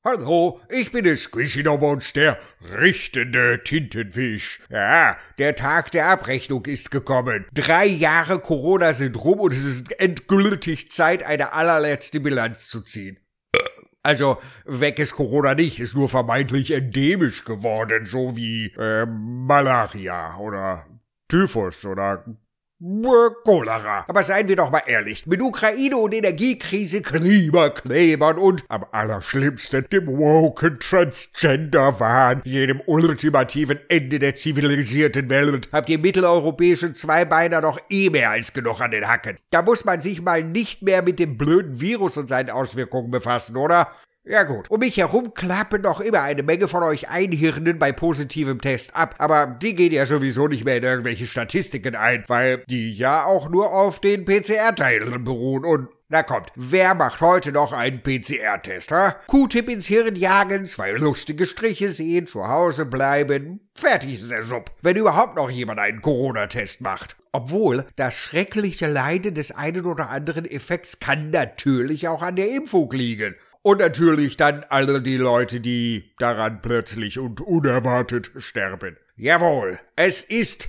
Hallo, ich bin der Squishy-Dobonsch, der richtende Tintenfisch. Ja, der Tag der Abrechnung ist gekommen. 3 Jahre Corona sind rum und es ist endgültig Zeit, eine allerletzte Bilanz zu ziehen. Also, weg ist Corona nicht, ist nur vermeintlich endemisch geworden, so wie Malaria oder Typhus oder Cholera. Aber seien wir doch mal ehrlich, mit Ukraine und Energiekrise, Klimaklebern und am allerschlimmsten dem woken Transgender-Wahn, jedem ultimativen Ende der zivilisierten Welt, habt ihr mitteleuropäischen Zweibeiner noch mehr als genug an den Hacken. Da muss man sich mal nicht mehr mit dem blöden Virus und seinen Auswirkungen befassen, oder? Ja gut, um mich herum klappen noch immer eine Menge von euch Einhirnen bei positivem Test ab, aber die gehen ja sowieso nicht mehr in irgendwelche Statistiken ein, weil die ja auch nur auf den PCR-Teilen beruhen und na kommt, wer macht heute noch einen PCR-Test, ha? Q-Tip ins Hirn jagen, 2 lustige Striche sehen, zu Hause bleiben, fertig ist der Sub. Wenn überhaupt noch jemand einen Corona-Test macht. Obwohl, das schreckliche Leiden des einen oder anderen Effekts kann natürlich auch an der Impfung liegen. Und natürlich dann alle die Leute, die daran plötzlich und unerwartet sterben. Jawohl, es ist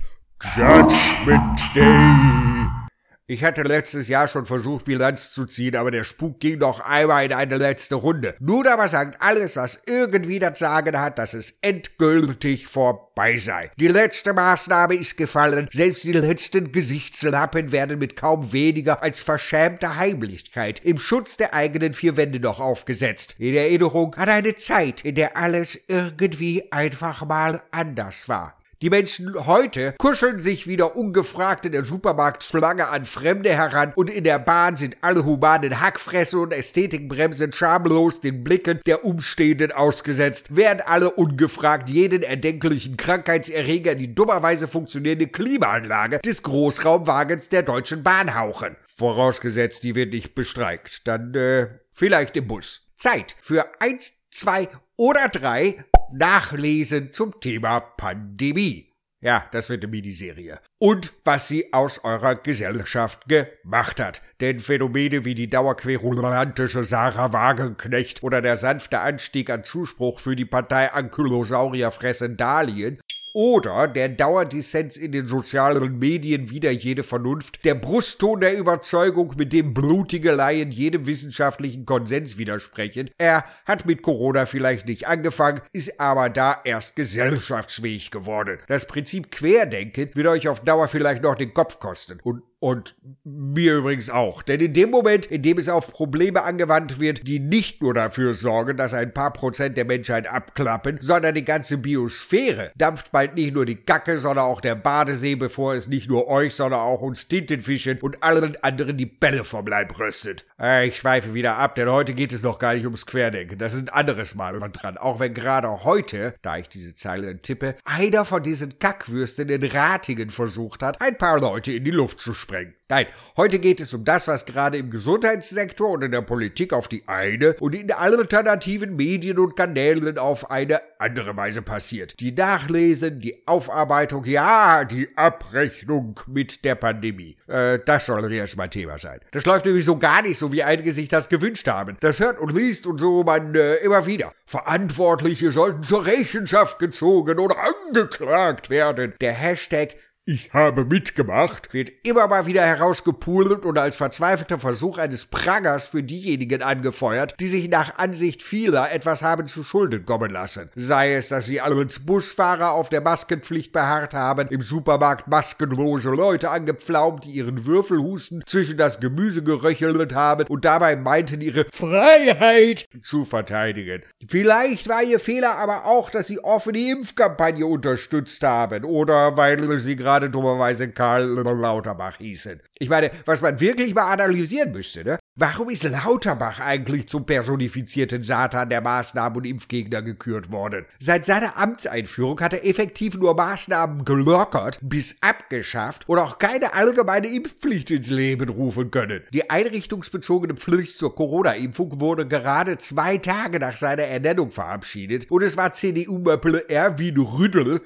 Judgment Day. Ich hatte letztes Jahr schon versucht, Bilanz zu ziehen, aber der Spuk ging noch einmal in eine letzte Runde. Nun aber sagt alles, was irgendwie das Sagen hat, dass es endgültig vorbei sei. Die letzte Maßnahme ist gefallen, selbst die letzten Gesichtslappen werden mit kaum weniger als verschämter Heimlichkeit im Schutz der eigenen 4 Wände noch aufgesetzt. In Erinnerung an eine Zeit, in der alles irgendwie einfach mal anders war. Die Menschen heute kuscheln sich wieder ungefragt in der Supermarktschlange an Fremde heran und in der Bahn sind alle humanen Hackfresse und Ästhetikbremsen schamlos den Blicken der Umstehenden ausgesetzt, während alle ungefragt jeden erdenklichen Krankheitserreger in die dummerweise funktionierende Klimaanlage des Großraumwagens der Deutschen Bahn hauchen. Vorausgesetzt, die wird nicht bestreikt. Dann, vielleicht im Bus. Zeit für 1, 2 oder 3 Nachlesen zum Thema Pandemie. Ja, das wird eine Miniserie. Und was sie aus eurer Gesellschaft gemacht hat. Denn Phänomene wie die dauerquerulantische Sarah Wagenknecht oder der sanfte Anstieg an Zuspruch für die Partei Ankylosaurier fressen Dahlien oder der Dauerdissens in den sozialen Medien wider jede Vernunft, der Brustton der Überzeugung, mit dem blutige Laien jedem wissenschaftlichen Konsens widersprechen. Er hat mit Corona vielleicht nicht angefangen, ist aber da erst gesellschaftsfähig geworden. Das Prinzip Querdenken wird euch auf Dauer vielleicht noch den Kopf kosten. Und mir übrigens auch. Denn in dem Moment, in dem es auf Probleme angewandt wird, die nicht nur dafür sorgen, dass ein paar Prozent der Menschheit abklappen, sondern die ganze Biosphäre, dampft bald nicht nur die Kacke, sondern auch der Badesee, bevor es nicht nur euch, sondern auch uns Tintenfischen und allen anderen die Bälle vom Leib röstet. Ich schweife wieder ab, denn heute geht es noch gar nicht ums Querdenken. Das ist ein anderes Mal dran. Auch wenn gerade heute, da ich diese Zeile tippe, einer von diesen Kackwürsten in Ratingen versucht hat, ein paar Leute in die Luft zu sprengen. Nein, heute geht es um das, was gerade im Gesundheitssektor und in der Politik auf die eine und in alternativen Medien und Kanälen auf eine andere Weise passiert. Die Nachlesen, die Aufarbeitung, ja, die Abrechnung mit der Pandemie. Das soll jetzt mein Thema sein. Das läuft nämlich so gar nicht so, wie einige sich das gewünscht haben. Das hört und liest und so man immer wieder. Verantwortliche sollten zur Rechenschaft gezogen oder angeklagt werden. Der Hashtag Ich habe mitgemacht wird immer mal wieder herausgepudelt und als verzweifelter Versuch eines Prangers für diejenigen angefeuert, die sich nach Ansicht vieler etwas haben zu Schulden kommen lassen. Sei es, dass sie als Busfahrer auf der Maskenpflicht beharrt haben, im Supermarkt maskenlose Leute angepflaumt, die ihren Würfelhusten zwischen das Gemüse geröchelt haben und dabei meinten, ihre Freiheit zu verteidigen. Vielleicht war ihr Fehler aber auch, dass sie offen die Impfkampagne unterstützt haben oder weil sie gerade dummerweise Karl Lauterbach hießen. Ich meine, was man wirklich mal analysieren müsste, ne? Warum ist Lauterbach eigentlich zum personifizierten Satan der Maßnahmen- und Impfgegner gekürt worden? Seit seiner Amtseinführung hat er effektiv nur Maßnahmen gelockert, bis abgeschafft und auch keine allgemeine Impfpflicht ins Leben rufen können. Die einrichtungsbezogene Pflicht zur Corona-Impfung wurde gerade 2 Tage nach seiner Ernennung verabschiedet und es war CDU-Möppele Erwin Rüttel,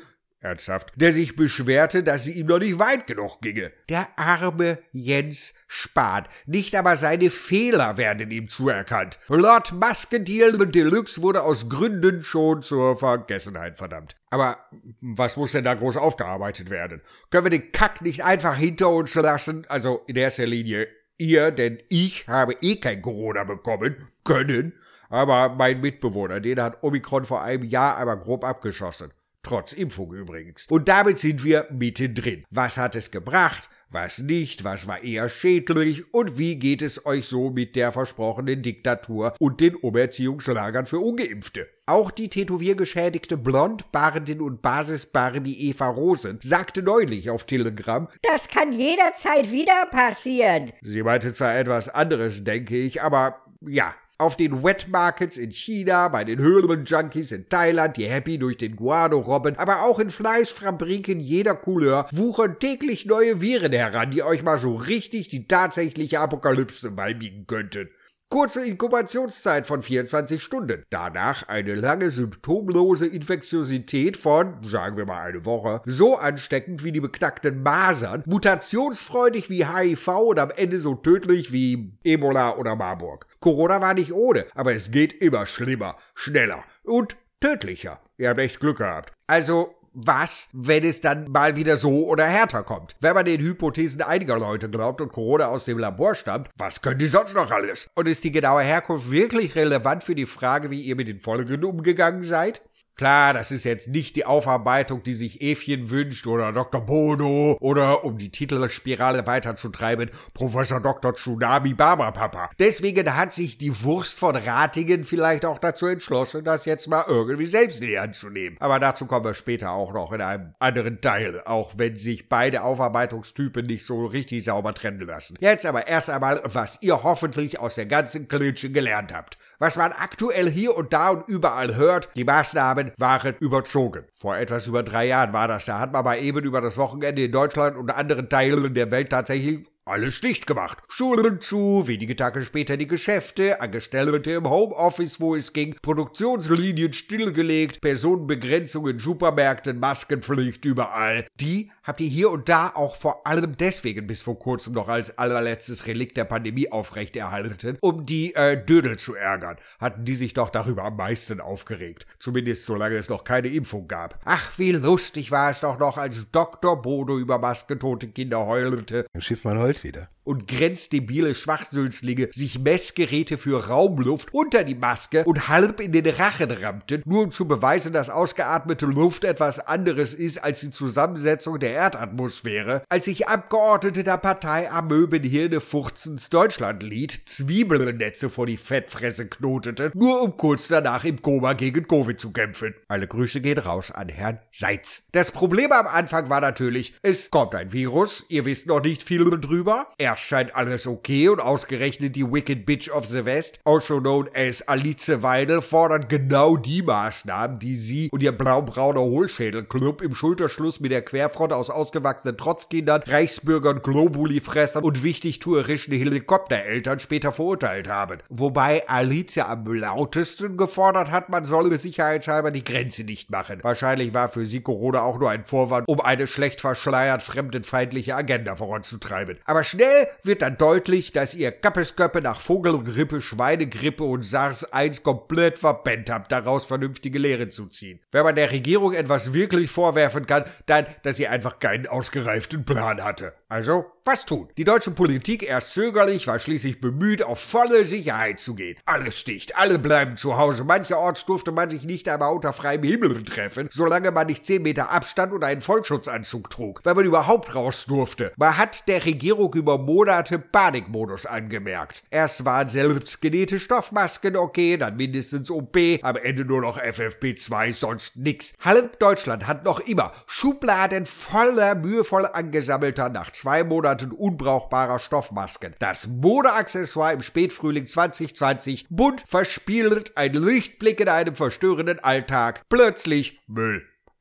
Ernsthaft, der sich beschwerte, dass sie ihm noch nicht weit genug ginge. Der arme Jens Spahn. Nicht aber seine Fehler werden ihm zuerkannt. Lord Musketeer Deluxe wurde aus Gründen schon zur Vergessenheit verdammt. Aber was muss denn da groß aufgearbeitet werden? Können wir den Kack nicht einfach hinter uns lassen? Also in erster Linie ihr, denn ich habe kein Corona bekommen können. Aber mein Mitbewohner, den hat Omikron vor einem Jahr aber grob abgeschossen. Trotz Impfung übrigens. Und damit sind wir mittendrin. Was hat es gebracht? Was nicht? Was war eher schädlich? Und wie geht es euch so mit der versprochenen Diktatur und den Umerziehungslagern für Ungeimpfte? Auch die tätowiergeschädigte Blond-Bardin und Basis-Barbie Eva Rosen sagte neulich auf Telegram, das kann jederzeit wieder passieren. Sie meinte zwar etwas anderes, denke ich, aber ja. Auf den Wet Markets in China, bei den Höhlenjunkies in Thailand, die happy durch den Guano robben, aber auch in Fleischfabriken jeder Couleur wuchern täglich neue Viren heran, die euch mal so richtig die tatsächliche Apokalypse beibiegen könnten. Kurze Inkubationszeit von 24 Stunden. Danach eine lange symptomlose Infektiosität von, sagen wir mal eine Woche, so ansteckend wie die beknackten Masern, mutationsfreudig wie HIV und am Ende so tödlich wie Ebola oder Marburg. Corona war nicht ohne, aber es geht immer schlimmer, schneller und tödlicher. Ihr habt echt Glück gehabt. Also, was, wenn es dann mal wieder so oder härter kommt? Wenn man den Hypothesen einiger Leute glaubt und Corona aus dem Labor stammt, was können die sonst noch alles? Und ist die genaue Herkunft wirklich relevant für die Frage, wie ihr mit den Folgen umgegangen seid? Klar, das ist jetzt nicht die Aufarbeitung, die sich Evchen wünscht oder Dr. Bono oder, um die Titelspirale weiterzutreiben, Professor Dr. Tsunami Barberpapa. Deswegen hat sich die Wurst von Ratingen vielleicht auch dazu entschlossen, das jetzt mal irgendwie selbst in die Hand zu nehmen. Aber dazu kommen wir später auch noch in einem anderen Teil, auch wenn sich beide Aufarbeitungstypen nicht so richtig sauber trennen lassen. Jetzt aber erst einmal, was ihr hoffentlich aus der ganzen Klitsche gelernt habt. Was man aktuell hier und da und überall hört, die Maßnahmen waren überzogen. Vor etwas über 3 Jahren war das. Da hat man mal eben über das Wochenende in Deutschland und anderen Teilen der Welt tatsächlich alles dicht gemacht. Schulen zu, wenige Tage später die Geschäfte, Angestellte im Homeoffice, wo es ging, Produktionslinien stillgelegt, Personenbegrenzung in Supermärkten, Maskenpflicht überall. Die habt ihr hier und da auch vor allem deswegen bis vor kurzem noch als allerletztes Relikt der Pandemie aufrechterhalten, um die Dödel zu ärgern. Hatten die sich doch darüber am meisten aufgeregt. Zumindest solange es noch keine Impfung gab. Ach, wie lustig war es doch noch, als Dr. Bodo über maskentote Kinder heulte. Dann schifft man heute wieder. Und grenzdebile Schwachsülzlinge sich Messgeräte für Raumluft unter die Maske und halb in den Rachen rammten, nur um zu beweisen, dass ausgeatmete Luft etwas anderes ist als die Zusammensetzung der Erdatmosphäre, als sich Abgeordnete der Partei Amöbenhirne Furzens Deutschlandlied Zwiebelnetze vor die Fettfresse knoteten, nur um kurz danach im Koma gegen Covid zu kämpfen. Alle Grüße gehen raus an Herrn Seitz. Das Problem am Anfang war natürlich, es kommt ein Virus, ihr wisst noch nicht viel drüber, erst scheint alles okay und ausgerechnet die Wicked Bitch of the West, also known as Alice Weidel, fordern genau die Maßnahmen, die sie und ihr blau-brauner Hohlschädelclub im Schulterschluss mit der Querfront aus ausgewachsenen Trotzkindern, Reichsbürgern, Globuli-Fressern und wichtigtuerischen Helikoptereltern später verurteilt haben. Wobei Alice am lautesten gefordert hat, man solle sicherheitshalber die Grenze dicht machen. Wahrscheinlich war für sie Corona auch nur ein Vorwand, um eine schlecht verschleiert fremdenfeindliche Agenda voranzutreiben. Aber schnell wird dann deutlich, dass ihr Kappesköppe nach Vogelgrippe, Schweinegrippe und SARS-1 komplett verpennt habt, daraus vernünftige Lehren zu ziehen. Wenn man der Regierung etwas wirklich vorwerfen kann, dann, dass sie einfach keinen ausgereiften Plan hatte. Also, was tun? Die deutsche Politik erst zögerlich, war schließlich bemüht, auf volle Sicherheit zu gehen. Alles dicht, alle bleiben zu Hause. Mancherorts durfte man sich nicht einmal unter freiem Himmel treffen, solange man nicht 10 Meter Abstand und einen Vollschutzanzug trug, weil man überhaupt raus durfte. Man hat der Regierung über Monate Panikmodus angemerkt. Erst waren selbst genähte Stoffmasken okay, dann mindestens OP, am Ende nur noch FFP2, sonst nix. Halb Deutschland hat noch immer Schubladen voller mühevoll angesammelter, nach 2 Monaten unbrauchbarer Stoffmasken. Das Modeaccessoire im Spätfrühling 2020, bunt verspielt, ein Lichtblick in einem verstörenden Alltag, plötzlich Müll.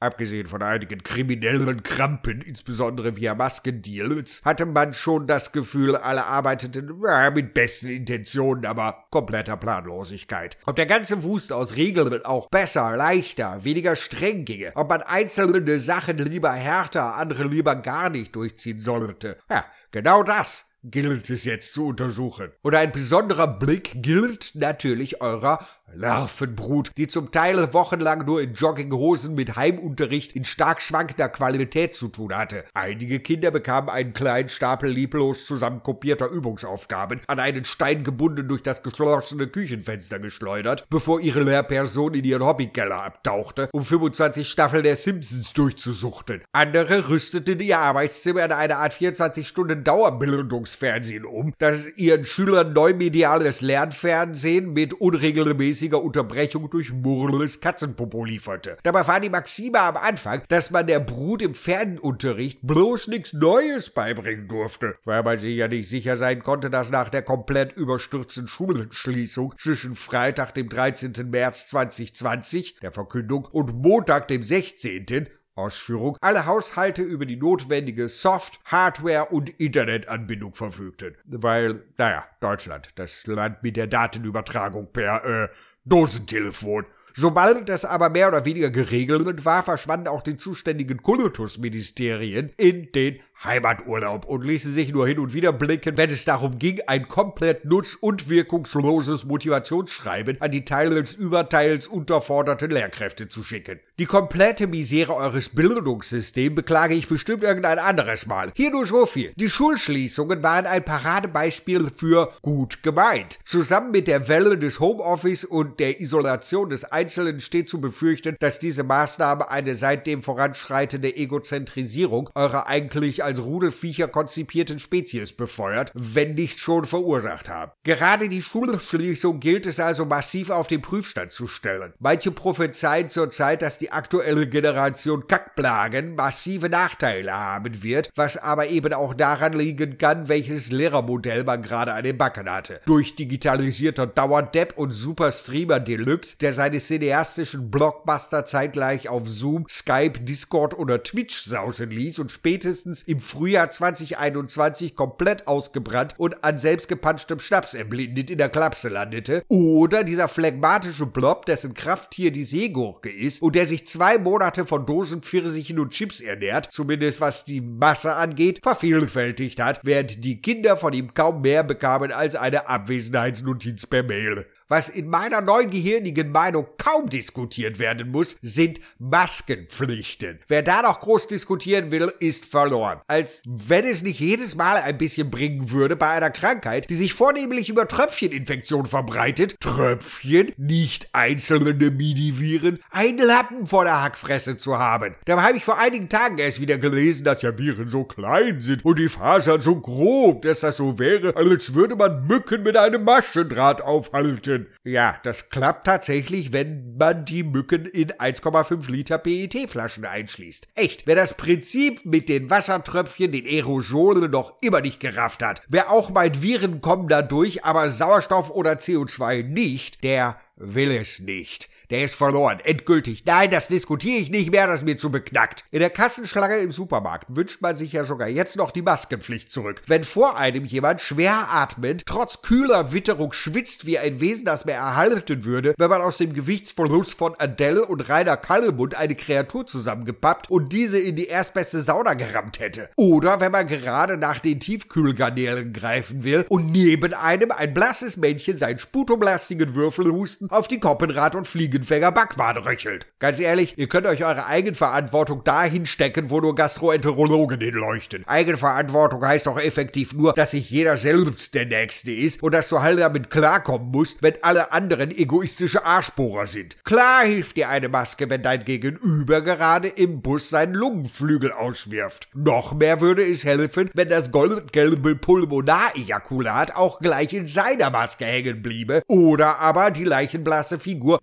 Abgesehen von einigen kriminellen Krampen, insbesondere via Maskendeals, hatte man schon das Gefühl, alle arbeiteten mit besten Intentionen, aber kompletter Planlosigkeit. Ob der ganze Wust aus Regeln auch besser, leichter, weniger streng ginge, ob man einzelne Sachen lieber härter, andere lieber gar nicht durchziehen sollte. Ja, genau das gilt es jetzt zu untersuchen. Und ein besonderer Blick gilt natürlich eurer Larvenbrut, die zum Teil wochenlang nur in Jogginghosen mit Heimunterricht in stark schwankender Qualität zu tun hatte. Einige Kinder bekamen einen kleinen Stapel lieblos zusammenkopierter Übungsaufgaben, an einen Stein gebunden durch das geschlossene Küchenfenster geschleudert, bevor ihre Lehrperson in ihren Hobbykeller abtauchte, um 25 Staffeln der Simpsons durchzusuchten. Andere rüsteten ihr Arbeitszimmer in eine Art 24-Stunden-Dauerbildungsfernsehen um, das ihren Schülern neumediales Lernfernsehen mit unregelmäßiger Unterbrechung durch murmelndes Katzenpopo lieferte. Dabei war die Maxime am Anfang, dass man der Brut im Fernunterricht bloß nichts Neues beibringen durfte, weil man sich ja nicht sicher sein konnte, dass nach der komplett überstürzten Schulschließung zwischen Freitag, dem 13. März 2020, der Verkündung, und Montag, dem 16., Ausführung, alle Haushalte über die notwendige Soft-, Hardware- und Internetanbindung verfügten. Weil, Deutschland, das Land mit der Datenübertragung per, Dosentelefon. Sobald das aber mehr oder weniger geregelt war, verschwanden auch die zuständigen Kultusministerien in den Heimaturlaub und ließen sich nur hin und wieder blicken, wenn es darum ging, ein komplett nutz- und wirkungsloses Motivationsschreiben an die teils überteils unterforderten Lehrkräfte zu schicken. Die komplette Misere eures Bildungssystems beklage ich bestimmt irgendein anderes Mal. Hier nur so viel. Die Schulschließungen waren ein Paradebeispiel für gut gemeint. Zusammen mit der Welle des Homeoffice und der Isolation des Einzelnen steht zu befürchten, dass diese Maßnahme eine seitdem voranschreitende Egozentrisierung eurer eigentlich als Rudelviecher konzipierten Spezies befeuert, wenn nicht schon verursacht haben. Gerade die Schulschließung gilt es also massiv auf den Prüfstand zu stellen. Manche prophezeien zurzeit, dass die aktuelle Generation Kackplagen massive Nachteile haben wird, was aber eben auch daran liegen kann, welches Lehrermodell man gerade an den Backen hatte. Durch digitalisierter Dauerdepp und Superstreamer Deluxe, der seine cineastischen Blockbuster zeitgleich auf Zoom, Skype, Discord oder Twitch sausen ließ und spätestens im Frühjahr 2021 komplett ausgebrannt und an selbstgepanschtem Schnaps erblindet in der Klapse landete, oder dieser phlegmatische Blob, dessen Krafttier die Seegurke ist und der sich 2 Monate von Dosen Pfirsichen und Chips ernährt, zumindest was die Masse angeht, vervielfältigt hat, während die Kinder von ihm kaum mehr bekamen als eine Abwesenheitsnotiz per Mail. Was in meiner neugehirnigen Meinung kaum diskutiert werden muss, sind Maskenpflichten. Wer da noch groß diskutieren will, ist verloren. Als wenn es nicht jedes Mal ein bisschen bringen würde bei einer Krankheit, die sich vornehmlich über Tröpfcheninfektion verbreitet. Tröpfchen, nicht einzelne Mini-Viren, einen Lappen vor der Hackfresse zu haben. Dabei habe ich vor einigen Tagen erst wieder gelesen, dass ja Viren so klein sind und die Fasern so grob, dass das so wäre, als würde man Mücken mit einem Maschendraht aufhalten. Ja, das klappt tatsächlich, wenn man die Mücken in 1,5 Liter PET-Flaschen einschließt. Echt, wer das Prinzip mit den Wassertröpfchen, den Aerosolen noch immer nicht gerafft hat, wer auch meint, Viren kommen da durch, aber Sauerstoff oder CO2 nicht, der will es nicht. Der ist verloren, endgültig. Nein, das diskutiere ich nicht mehr, das ist mir zu beknackt. In der Kassenschlange im Supermarkt wünscht man sich ja sogar jetzt noch die Maskenpflicht zurück. Wenn vor einem jemand schwer atmend, trotz kühler Witterung schwitzt wie ein Wesen, das mehr erhalten würde, wenn man aus dem Gewichtsverlust von Adele und Rainer Kallmund eine Kreatur zusammengepappt und diese in die erstbeste Sauna gerammt hätte. Oder wenn man gerade nach den Tiefkühlgarnelen greifen will und neben einem ein blasses Männchen seinen sputumlastigen Würfelhusten auf die Koppenrad und Fliegenfänger Backwaren röchelt. Ganz ehrlich, ihr könnt euch eure Eigenverantwortung dahin stecken, wo nur Gastroenterologen hinleuchten. Eigenverantwortung heißt doch effektiv nur, dass sich jeder selbst der Nächste ist und dass du halt damit klarkommen musst, wenn alle anderen egoistische Arschbohrer sind. Klar hilft dir eine Maske, wenn dein Gegenüber gerade im Bus seinen Lungenflügel auswirft. Noch mehr würde es helfen, wenn das goldgelbe Pulmonarejakulat auch gleich in seiner Maske hängen bliebe oder aber die leichenblasse Figur gleich ganz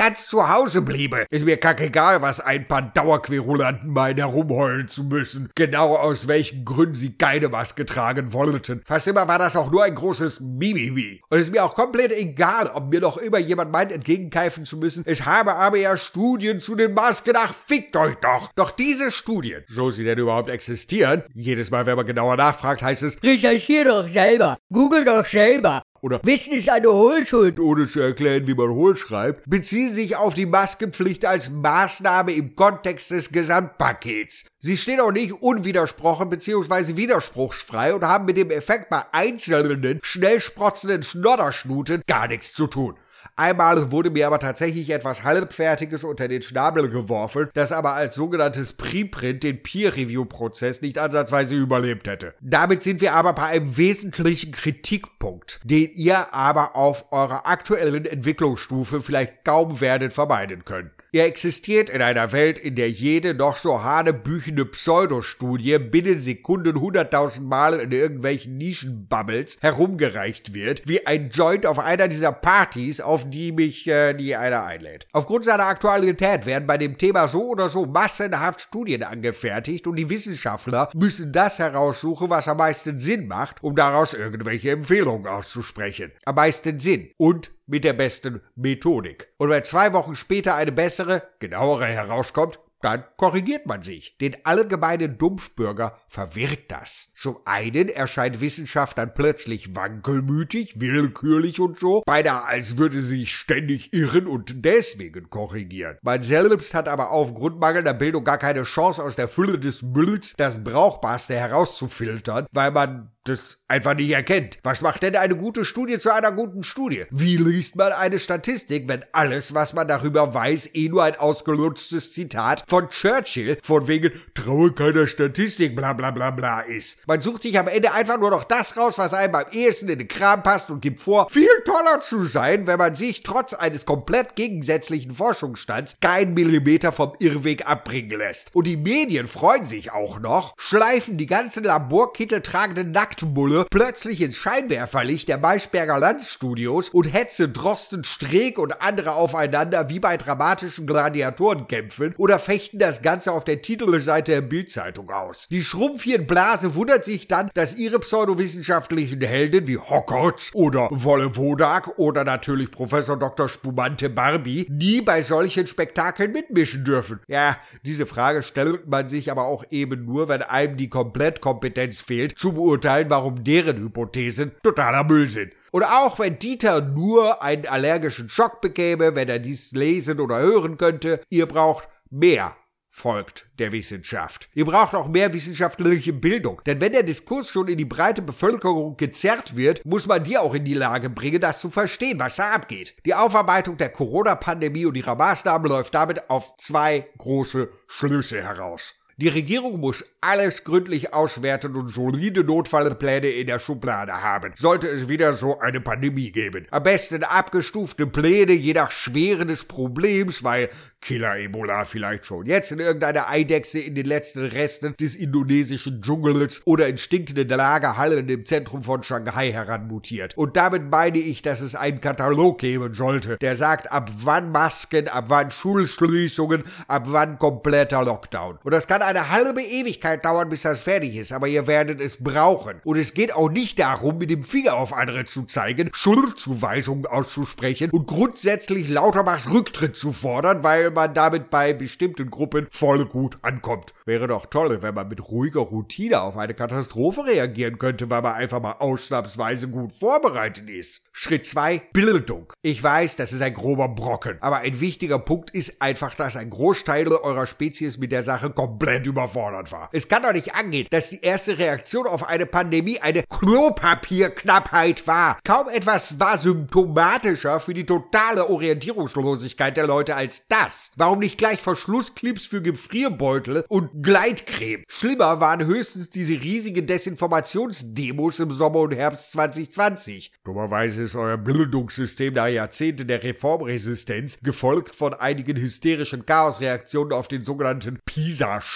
ganz zu Hause bliebe. Ist mir kackegal, was ein paar Dauerquerulanten meinen, herumheulen zu müssen. Genau aus welchen Gründen sie keine Maske tragen wollten. Fast immer war das auch nur ein großes Mimimi. Und es ist mir auch komplett egal, ob mir noch immer jemand meint, entgegenkeifen zu müssen. Ich habe aber ja Studien zu den Masken. Ach, fickt euch doch. Doch diese Studien, so sie denn überhaupt existieren, jedes Mal, wenn man genauer nachfragt, heißt es, Recherchier doch selber. Google doch selber. oder Wissen ist eine Hohlschuld. ohne zu erklären, wie man hohl schreibt, beziehen sich auf die Maskenpflicht als Maßnahme im Kontext des Gesamtpakets. Sie stehen auch nicht unwidersprochen bzw. widerspruchsfrei und haben mit dem Effekt bei einzelnen, schnell sprotzenden Schnodderschnuten gar nichts zu tun. Einmal wurde mir aber tatsächlich etwas Halbfertiges unter den Schnabel geworfen, das aber als sogenanntes Preprint den Peer-Review-Prozess nicht ansatzweise überlebt hätte. Damit sind wir aber bei einem wesentlichen Kritikpunkt, den ihr aber auf eurer aktuellen Entwicklungsstufe vielleicht kaum werdet vermeiden können. Ihr existiert in einer Welt, in der jede noch so hanebüchene Pseudostudie binnen Sekunden 100.000 Mal in irgendwelchen Nischenbubbles herumgereicht wird, wie ein Joint auf einer dieser Partys, auf die mich nie einer einlädt. Aufgrund seiner Aktualität werden bei dem Thema so oder so massenhaft Studien angefertigt und die Wissenschaftler müssen das heraussuchen, was am meisten Sinn macht, um daraus irgendwelche Empfehlungen auszusprechen. Am meisten Sinn und mit der besten Methodik. Und wenn 2 Wochen später eine bessere, genauere herauskommt, dann korrigiert man sich. Den allgemeinen Dumpfbürger verwirrt das. Zum einen erscheint Wissenschaft dann plötzlich wankelmütig, willkürlich und so, beinahe als würde sie sich ständig irren und deswegen korrigieren. Man selbst hat aber aufgrund mangelnder Bildung gar keine Chance, aus der Fülle des Mülls das Brauchbarste herauszufiltern, weil man das einfach nicht erkennt. Was macht denn eine gute Studie zu einer guten Studie? Wie liest man eine Statistik, wenn alles, was man darüber weiß, nur ein ausgelutschtes Zitat von Churchill von wegen traue keiner Statistik bla bla bla bla ist? Man sucht sich am Ende einfach nur noch das raus, was einem am ehesten in den Kram passt und gibt vor, viel toller zu sein, wenn man sich trotz eines komplett gegensätzlichen Forschungsstands keinen Millimeter vom Irrweg abbringen lässt. Und die Medien freuen sich auch noch, schleifen die ganzen Laborkittel tragenden Nacktmulle plötzlich ins Scheinwerferlicht der Maischberger Landstudios und hetze Drosten, Streeck und andere aufeinander wie bei dramatischen Gladiatorenkämpfen oder fechten das Ganze auf der Titelseite der Bild-Zeitung aus. Die Schrumpfchenblase wundert sich dann, dass ihre pseudowissenschaftlichen Helden wie Hockertz oder Wolle Wodak oder natürlich Professor Dr. Spumante Barbie nie bei solchen Spektakeln mitmischen dürfen. Ja, diese Frage stellt man sich aber auch eben nur, wenn einem die Komplettkompetenz fehlt, zu beurteilen, warum deren Hypothesen totaler Müll sind. Und auch wenn Dieter nur einen allergischen Schock bekäme, wenn er dies lesen oder hören könnte, ihr braucht mehr. Folgt der Wissenschaft. Ihr braucht auch mehr wissenschaftliche Bildung. Denn wenn der Diskurs schon in die breite Bevölkerung gezerrt wird, muss man die auch in die Lage bringen, das zu verstehen, was da abgeht. Die Aufarbeitung der Corona-Pandemie und ihrer Maßnahmen läuft damit auf 2 große Schlüsse heraus. Die Regierung muss alles gründlich auswerten und solide Notfallpläne in der Schublade haben. Sollte es wieder so eine Pandemie geben. Am besten abgestufte Pläne je nach Schwere des Problems, weil Killer-Ebola vielleicht schon jetzt in irgendeiner Eidechse in den letzten Resten des indonesischen Dschungels oder in stinkenden Lagerhallen im Zentrum von Shanghai heranmutiert. Und damit meine ich, dass es einen Katalog geben sollte, der sagt, ab wann Masken, ab wann Schulschließungen, ab wann kompletter Lockdown. Und das kann eine halbe Ewigkeit dauern, bis das fertig ist, aber ihr werdet es brauchen. Und es geht auch nicht darum, mit dem Finger auf andere zu zeigen, Schuldzuweisungen auszusprechen und grundsätzlich Lauterbachs Rücktritt zu fordern, weil man damit bei bestimmten Gruppen voll gut ankommt. Wäre doch toll, wenn man mit ruhiger Routine auf eine Katastrophe reagieren könnte, weil man einfach mal ausnahmsweise gut vorbereitet ist. Schritt 2, Bildung. Ich weiß, das ist ein grober Brocken, aber ein wichtiger Punkt ist einfach, dass ein Großteil eurer Spezies mit der Sache komplett überfordert war. Es kann doch nicht angehen, dass die erste Reaktion auf eine Pandemie eine Klopapierknappheit war. Kaum etwas war symptomatischer für die totale Orientierungslosigkeit der Leute als das. Warum nicht gleich Verschlussclips für Gefrierbeutel und Gleitcreme? Schlimmer waren höchstens diese riesigen Desinformationsdemos im Sommer und Herbst 2020. Dummerweise ist euer Bildungssystem nach Jahrzehnten der Reformresistenz gefolgt von einigen hysterischen Chaosreaktionen auf den sogenannten PISA-Schock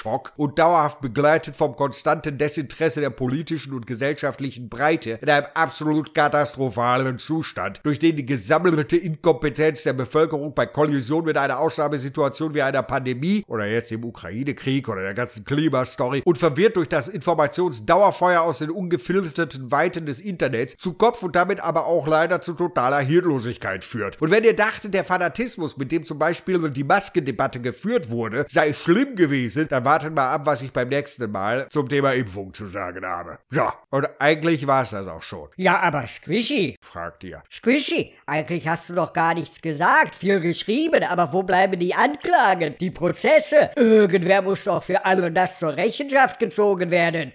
Schock und dauerhaft begleitet vom konstanten Desinteresse der politischen und gesellschaftlichen Breite in einem absolut katastrophalen Zustand, durch den die gesammelte Inkompetenz der Bevölkerung bei Kollision mit einer Ausnahmesituation wie einer Pandemie oder jetzt dem Ukraine-Krieg oder der ganzen Klimastory und verwirrt durch das Informationsdauerfeuer aus den ungefilterten Weiten des Internets zu Kopf und damit aber auch leider zu totaler Hirnlosigkeit führt. Und wenn ihr dachtet, der Fanatismus, mit dem zum Beispiel die Maskendebatte geführt wurde, sei schlimm gewesen, dann wartet mal ab, was ich beim nächsten Mal zum Thema Impfung zu sagen habe. So, und eigentlich war es das auch schon. Ja, aber Squishy, Fragt ihr. Squishy, eigentlich hast du doch gar nichts gesagt, viel geschrieben, aber wo bleiben die Anklagen, die Prozesse? Irgendwer muss doch für all das zur Rechenschaft gezogen werden.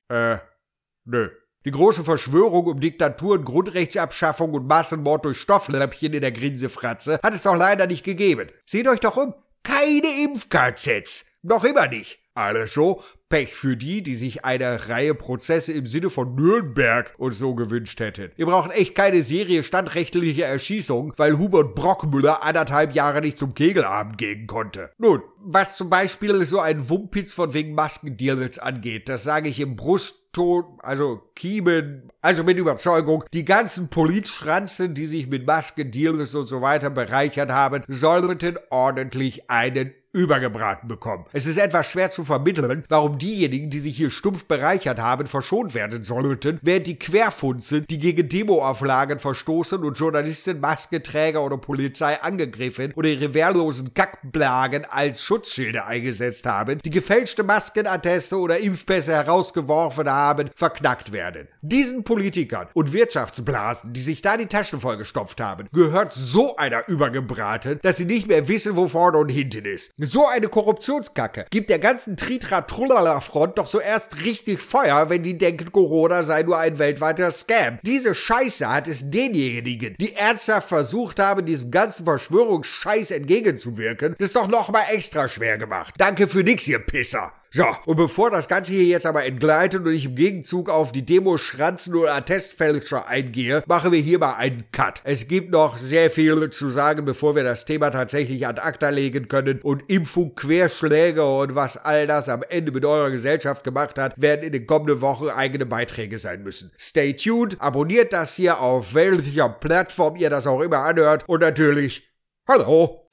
Nö. Die große Verschwörung um Diktaturen, Grundrechtsabschaffung und Massenmord durch Stoffläppchen in der Grinsefratze hat es doch leider nicht gegeben. Seht euch doch um. Keine Impf-KZs. Noch immer nicht. Alles so, Pech für die, die sich eine Reihe Prozesse im Sinne von Nürnberg und so gewünscht hätten. Wir brauchen echt keine Serie standrechtlicher Erschießungen, weil Hubert Brockmüller 1,5 Jahre nicht zum Kegelabend gehen konnte. Nun, was zum Beispiel so ein Wumpitz von wegen Maskendeals angeht, das sage ich im Brustton, also Kiemen, also mit Überzeugung, die ganzen Politschranzen, die sich mit Maskendeals und so weiter bereichert haben, sollten ordentlich einen übergebraten bekommen. Es ist etwas schwer zu vermitteln, warum diejenigen, die sich hier stumpf bereichert haben, verschont werden sollten, während die Querfunzen, die gegen Demoauflagen verstoßen und Journalisten, Maskenträger oder Polizei angegriffen oder ihre wehrlosen Kackblagen als Schutzschilde eingesetzt haben, die gefälschte Maskenatteste oder Impfpässe herausgeworfen haben, verknackt werden. Diesen Politikern und Wirtschaftsblasen, die sich da die Taschen vollgestopft haben, gehört so einer übergebraten, dass sie nicht mehr wissen, wo vorne und hinten ist. So eine Korruptionskacke gibt der ganzen Tritra-Trullala-Front doch so erst richtig Feuer, wenn die denken, Corona sei nur ein weltweiter Scam. Diese Scheiße hat es denjenigen, die ernsthaft versucht haben, diesem ganzen Verschwörungsscheiß entgegenzuwirken, das doch nochmal extra schwer gemacht. Danke für nix, ihr Pisser. So, und bevor das Ganze hier jetzt aber entgleitet und ich im Gegenzug auf die Demoschranzen oder Attestfälscher eingehe, machen wir hier mal einen Cut. Es gibt noch sehr viel zu sagen, bevor wir das Thema tatsächlich ad acta legen können und Impfung, Querschläge und was all das am Ende mit eurer Gesellschaft gemacht hat, werden in den kommenden Wochen eigene Beiträge sein müssen. Stay tuned, abonniert das hier auf welcher Plattform ihr das auch immer anhört und natürlich, hallo!